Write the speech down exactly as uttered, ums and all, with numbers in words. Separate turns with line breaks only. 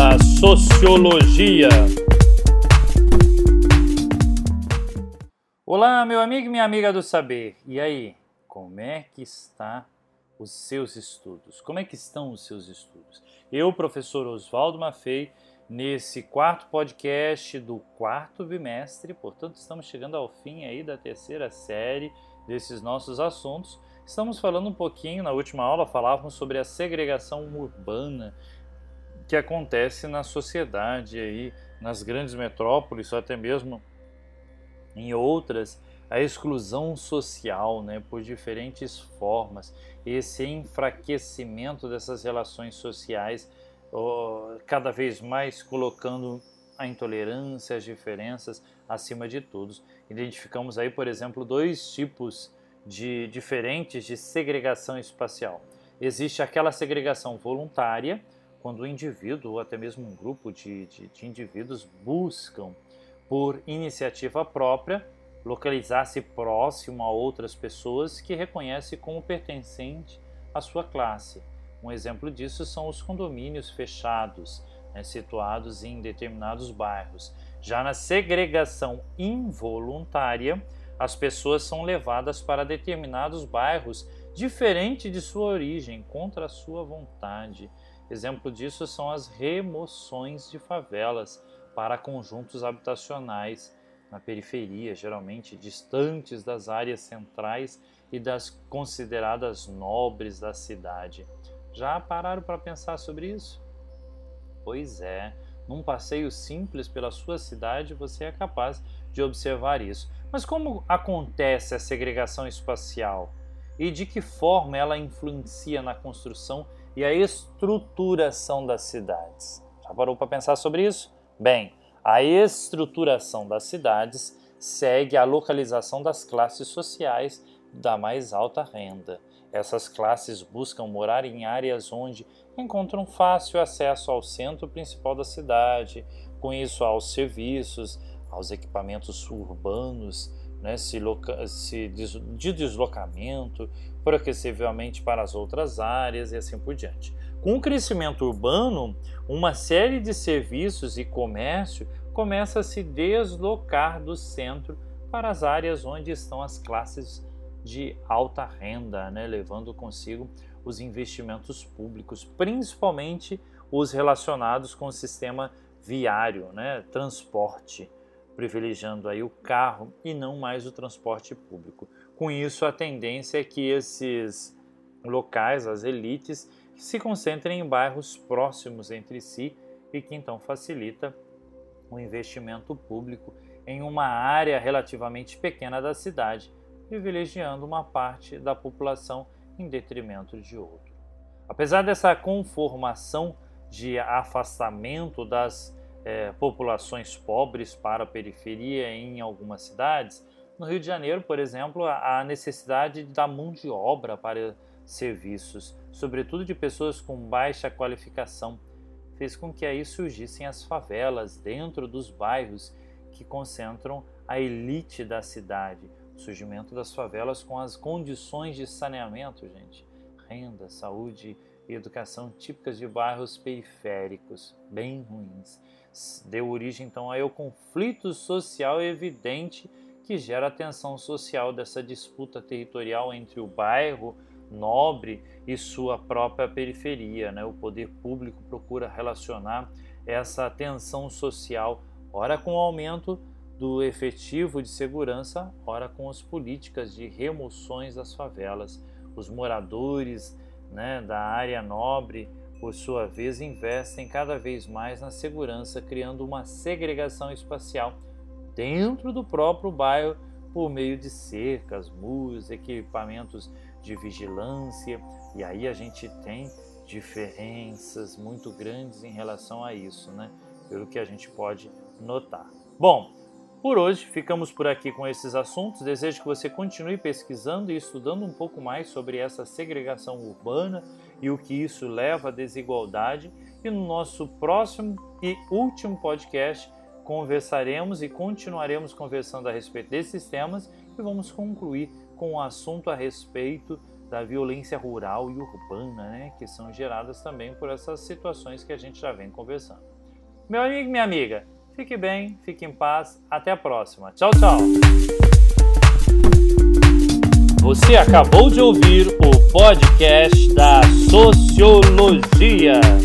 da Sociologia. Olá, meu amigo e minha amiga do saber. E aí, como é que está os seus estudos? Como é que estão os seus estudos? Eu, professor Oswaldo Maffei, nesse quarto podcast do quarto bimestre, portanto estamos chegando ao fim aí da terceira série desses nossos assuntos. Estamos falando um pouquinho, na última aula falávamos sobre a segregação urbana que acontece na sociedade aí, nas grandes metrópoles, ou até mesmo em outras, a exclusão social, né, por diferentes formas, esse enfraquecimento dessas relações sociais, oh, cada vez mais colocando a intolerância, as diferenças acima de todos. Identificamos aí, por exemplo, dois tipos de diferentes de segregação espacial. Existe aquela segregação voluntária, quando o indivíduo ou até mesmo um grupo de, de, de indivíduos buscam, por iniciativa própria, localizar-se próximo a outras pessoas que reconhece como pertencente à sua classe. Um exemplo disso são os condomínios fechados, né, situados em determinados bairros. Já na segregação involuntária, as pessoas são levadas para determinados bairros diferente de sua origem, contra a sua vontade. Exemplo disso são as remoções de favelas para conjuntos habitacionais na periferia, geralmente distantes das áreas centrais e das consideradas nobres da cidade. Já pararam para pensar sobre isso? Pois é, num passeio simples pela sua cidade você é capaz de observar isso. Mas como acontece a segregação espacial? E de que forma ela influencia na construção e a estruturação das cidades? Já parou para pensar sobre isso? Bem, a estruturação das cidades segue a localização das classes sociais da mais alta renda. Essas classes buscam morar em áreas onde encontram fácil acesso ao centro principal da cidade, com isso aos serviços, aos equipamentos urbanos, né, se loca- se des- de deslocamento, progressivamente para as outras áreas e assim por diante. Com o crescimento urbano, uma série de serviços e comércio começa a se deslocar do centro para as áreas onde estão as classes de alta renda, né, levando consigo os investimentos públicos, principalmente os relacionados com o sistema viário, né, transporte, privilegiando aí o carro e não mais o transporte público. Com isso, a tendência é que esses locais, as elites, se concentrem em bairros próximos entre si e que então facilita o investimento público em uma área relativamente pequena da cidade, privilegiando uma parte da população em detrimento de outra. Apesar dessa conformação de afastamento das eh, populações pobres para a periferia em algumas cidades, no Rio de Janeiro, por exemplo, a necessidade da mão de obra para serviços, sobretudo de pessoas com baixa qualificação, fez com que aí surgissem as favelas dentro dos bairros que concentram a elite da cidade. O surgimento das favelas com as condições de saneamento, gente, renda, saúde e educação típicas de bairros periféricos, bem ruins. Deu origem então ao conflito social evidente que gera a tensão social dessa disputa territorial entre o bairro nobre e sua própria periferia, né? O poder público procura relacionar essa tensão social, ora com o aumento do efetivo de segurança, ora com as políticas de remoções das favelas. Os moradores, né, da área nobre, por sua vez, investem cada vez mais na segurança, criando uma segregação espacial dentro do próprio bairro por meio de cercas, muros, equipamentos de vigilância, e aí a gente tem diferenças muito grandes em relação a isso, né? Pelo que a gente pode notar. Bom, por hoje ficamos por aqui com esses assuntos. Desejo que você continue pesquisando e estudando um pouco mais sobre essa segregação urbana e o que isso leva à desigualdade. E no nosso próximo e último podcast conversaremos e continuaremos conversando a respeito desses temas e vamos concluir com o assunto a respeito da violência rural e urbana, né, que são geradas também por essas situações que a gente já vem conversando. Meu amigo e minha amiga, fique bem, fique em paz, até a próxima. Tchau, tchau! Você acabou de ouvir o podcast da Sociologia.